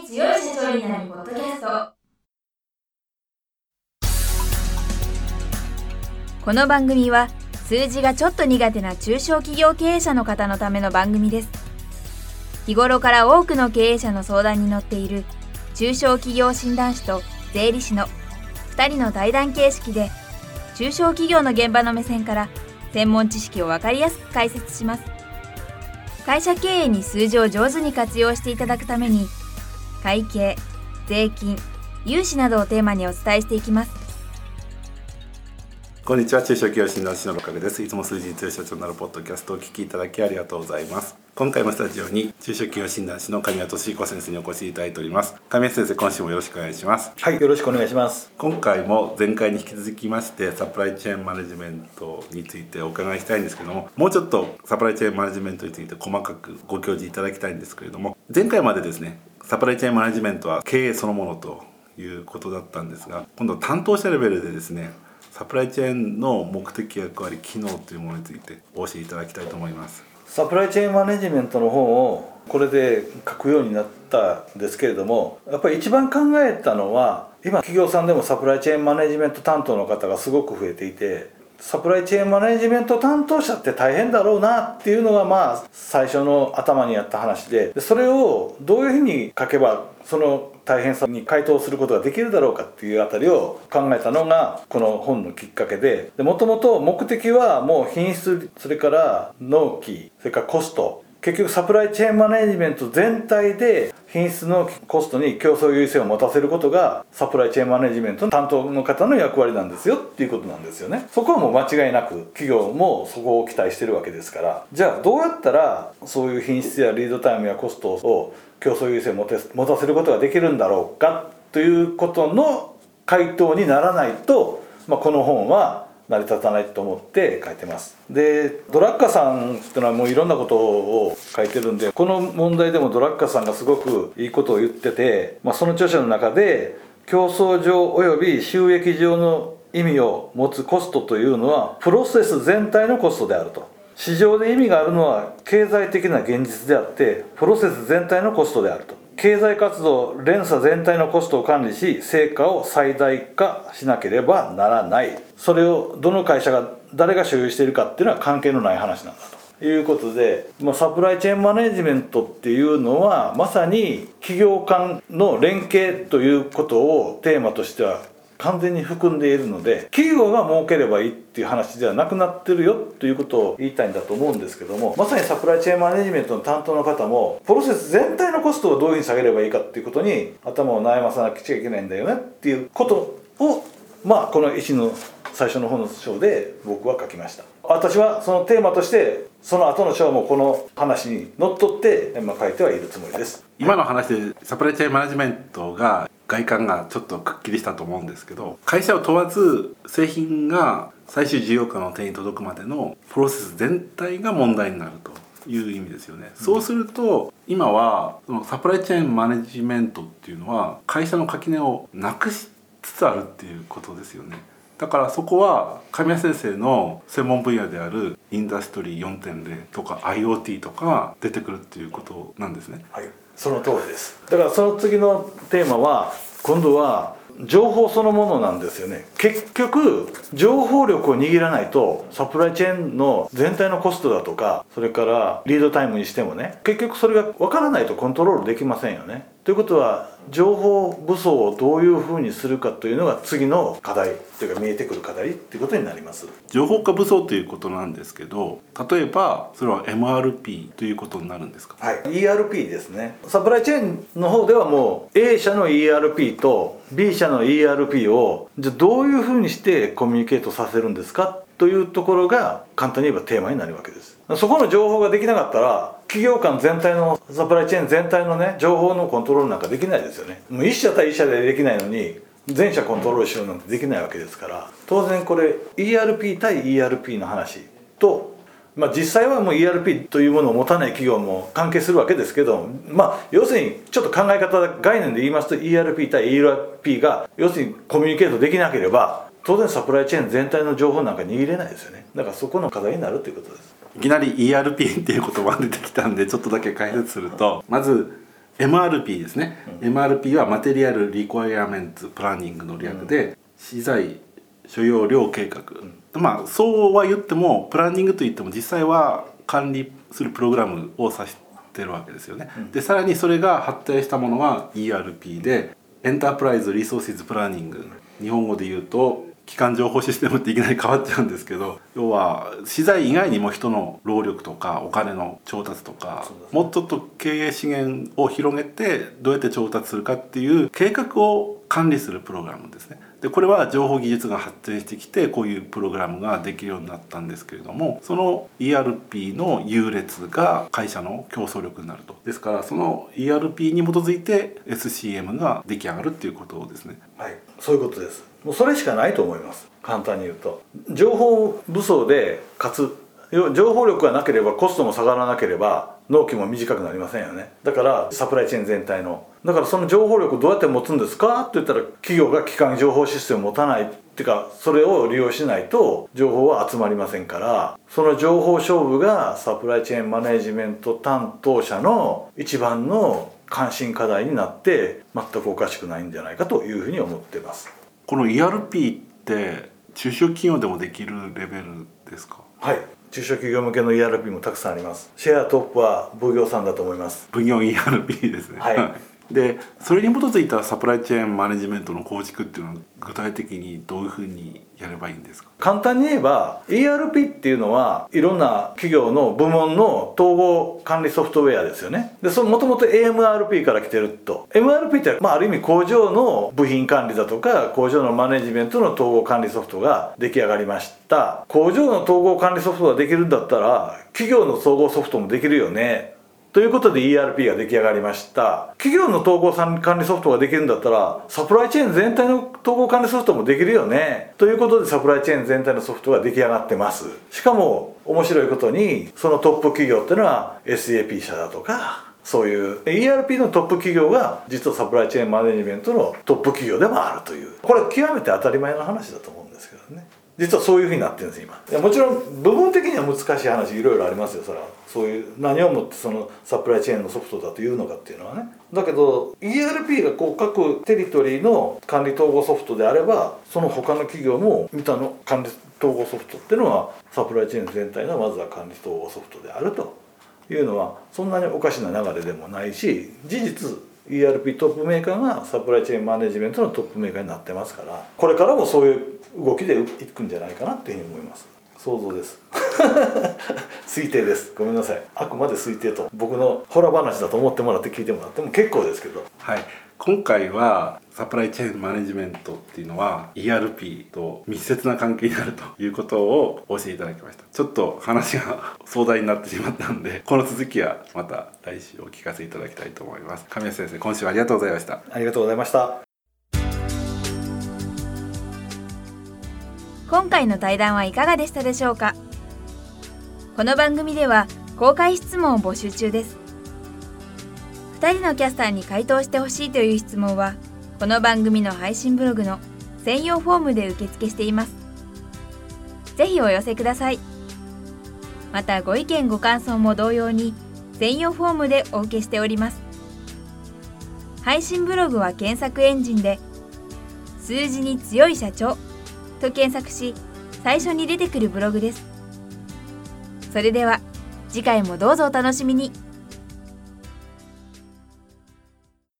強い社長になるポッドキャスト。この番組は数字がちょっと苦手な中小企業経営者の方のための番組です。日頃から多くの経営者の相談に乗っている中小企業診断士と税理士の2人の対談形式で、中小企業の現場の目線から専門知識を分かりやすく解説します。会社経営に数字を上手に活用していただくために、会計、税金、融資などをテーマにお伝えしていきます。 こんにちは、中小企業診断士の六角です。いつも数字に強い社長になるポッドキャストをお聞きいただきありがとうございます。今回もスタジオに中小企業診断士の神谷俊彦先生にお越しいただいております。神谷先生、今週もよろしくお願いします。 はい、よろしくお願いします。 今回も前回に引き続きましてサプライチェーンマネジメントについてお伺いしたいんですけども、もうちょっとサプライチェーンマネジメントについて細かくご教示いただきたいんですけれども、前回までですね、サプライチェーンマネジメントは経営そのものということだったんですが、今度担当者レベルでですね、サプライチェーンの目的、役割、機能というものについてお教えいただきたいと思います。 サプライチェーンマネジメントの本をこれで書くようになったんですけれども、やっぱり一番考えたのは、今企業さんでもサプライチェーンマネジメント担当の方がすごく増えていて、サプライチェーンマネジメント担当者って大変だろうなっていうのが最初の頭にあった話で、それをどういうふうに書けばその大変さに回答することができるだろうかっていうあたりを考えたのがこの本のきっかけで、もともと目的はもう品質、それから納期、それからコスト、結局サプライチェーンマネジメント全体で品質のコストに競争優位性を持たせることがサプライチェーンマネジメントの担当の方の役割なんですよっていうことなんですよね。そこはもう間違いなく企業もそこを期待してるわけですから、じゃあどうやったらそういう品質やリードタイムやコストを競争優位性を持たせることができるんだろうかということの回答にならないと、この本は成り立たないと思って書いてます。で、ドラッカさんっていうのはもういろんなことを書いてるんで、この問題でもドラッカさんがすごくいいことを言ってて、その著者の中で競争上および収益上の意味を持つコストというのはプロセス全体のコストであると。市場で意味があるのは経済的な現実であってプロセス全体のコストであると。経済活動連鎖全体のコストを管理し成果を最大化しなければならない。それをどの会社が誰が所有しているかっていうのは関係のない話なんだということで、サプライチェーンマネジメントっていうのはまさに企業間の連携ということをテーマとしては完全に含んでいるので、企業が儲ければいいっていう話ではなくなってるよということを言いたいんだと思うんですけども、まさにサプライチェーンマネジメントの担当の方もプロセス全体のコストをどういうふうに下げればいいかっていうことに頭を悩まさなきゃいけないんだよねっていうことを、この石の最初の本の章で僕は書きました。私はそのテーマとしてその後の章もこの話にのっとって書いてはいるつもりです。 今の話でサプライチェーンマネジメントが外観がちょっとくっきりしたと思うんですけど、会社を問わず製品が最終需要家の手に届くまでのプロセス全体が問題になるという意味ですよね。そうすると今はそのサプライチェーンマネジメントっていうのは会社の垣根をなくしつつあるっていうことですよね。だからそこは神谷先生の専門分野であるインダストリー 4.0 とか IoT とか出てくるっていうことなんですね。 はい、その通りです。だからその次のテーマは今度は情報そのものなんですよね。結局情報力を握らないとサプライチェーンの全体のコストだとか、それからリードタイムにしてもね、結局それが分からないとコントロールできませんよね。ということは情報武装をどういうふうにするかというのが次の課題というか見えてくる課題ということになります。 情報化武装ということなんですけど、例えばそれは MRP ということになるんですか？ はい、ERP ですね。サプライチェーンの方ではもう A 社の ERP と B 社の ERP をじゃあどういうふうにしてコミュニケートさせるんですかというところが簡単に言えばテーマになるわけです。そこの情報ができなかったら企業間全体のサプライチェーン全体のね情報のコントロールなんかできないですよね。もう1社対1社でできないのに全社コントロールしようなんてできないわけですから、当然これ ERP 対 ERP の話と、実際はもう ERP というものを持たない企業も関係するわけですけど、要するにちょっと考え方概念で言いますと ERP 対 ERP が要するにコミュニケートできなければ当然サプライチェーン全体の情報なんか握れないですよね。だからそこの課題になるということです。 いきなり ERP っていう言葉が出てきたんでちょっとだけ解説すると、まず MRP ですね、MRP はマテリアルリクワイアメントプランニングの略で、資材所要量計画、まあそうは言ってもプランニングといっても実際は管理するプログラムを指してるわけですよね、でさらにそれが発展したものが ERP でエンタープライズリソーシズプランニング、日本語で言うと基幹情報システムっていきなり変わっちゃうんですけど、要は資材以外にも人の労力とかお金の調達とか、もっと経営資源を広げてどうやって調達するかっていう計画を管理するプログラムですね。でこれは情報技術が発展してきてこういうプログラムができるようになったんですけれども、その ERP の優劣が会社の競争力になると。ですからその ERP に基づいて SCM が出来上がるっていうことですね。 はい、そういうことです。もうそれしかないと思います。簡単に言うと情報武装でかつ情報力がなければコストも下がらなければ納期も短くなりませんよね。だからサプライチェーン全体のだからその情報力をどうやって持つんですかって言ったら、企業が基幹情報システムを持たないっていうか、それを利用しないと情報は集まりませんから、その情報勝負がサプライチェーンマネジメント担当者の一番の関心課題になって全くおかしくないんじゃないかというふうに思っています。 この ERP って中小企業でもできるレベルですか？ はい、中小企業向けの ERP もたくさんあります。シェアトップは奉行さんだと思います。 奉行 ERP ですね。 はいでそれに基づいたサプライチェーンマネジメントの構築っていうのは具体的にどういうふうにやればいいんですか？ 簡単に言えば ERP っていうのはいろんな企業の部門の統合管理ソフトウェアですよね。でそのもともと AMRP から来てると。 MRP って、ある意味工場の部品管理だとか工場のマネジメントの統合管理ソフトが出来上がりました。工場の統合管理ソフトができるんだったら企業の総合ソフトもできるよねということで ERP が出来上がりました。企業の統合管理ソフトができるんだったらサプライチェーン全体の統合管理ソフトもできるよねということでサプライチェーン全体のソフトが出来上がってます。しかも面白いことにそのトップ企業っていうのは SAP 社だとかそういう ERP のトップ企業が実はサプライチェーンマネジメントのトップ企業でもあるという、これ極めて当たり前の話だと思うんですけどね。実はそういうふうになってるんです今。いやもちろん部分的には難しい話いろいろありますよ。それはそういう何をもってそのサプライチェーンのソフトだというのかっていうのはね。だけど ERP がこう各テリトリーの管理統合ソフトであればその他の企業も見たの管理統合ソフトっていうのはサプライチェーン全体のまずは管理統合ソフトであるというのはそんなにおかしな流れでもないし、事実 ERP トップメーカーがサプライチェーンマネジメントのトップメーカーになってますから、これからもそういう動きでいくんじゃないかなっていうふうに思います。想像です推定です。ごめんなさい。あくまで推定と僕のホラ話だと思ってもらって聞いてもらっても結構ですけど、 はい、今回はサプライチェーンマネジメントっていうのは ERP と密接な関係になるということを教えていただきました。ちょっと話が壮大になってしまったのでこの続きはまた来週お聞かせいただきたいと思います。神谷先生、今週はありがとうございました。 ありがとうございました。 今回の対談はいかがでしたでしょうか。この番組では公開質問を募集中です。2人のキャスターに回答してほしいという質問はこの番組の配信ブログの専用フォームで受付しています。ぜひお寄せください。またご意見ご感想も同様に専用フォームでお受けしております。配信ブログは検索エンジンで数字に強い社長と検索し最初に出てくるブログです。それでは次回もどうぞお楽しみに。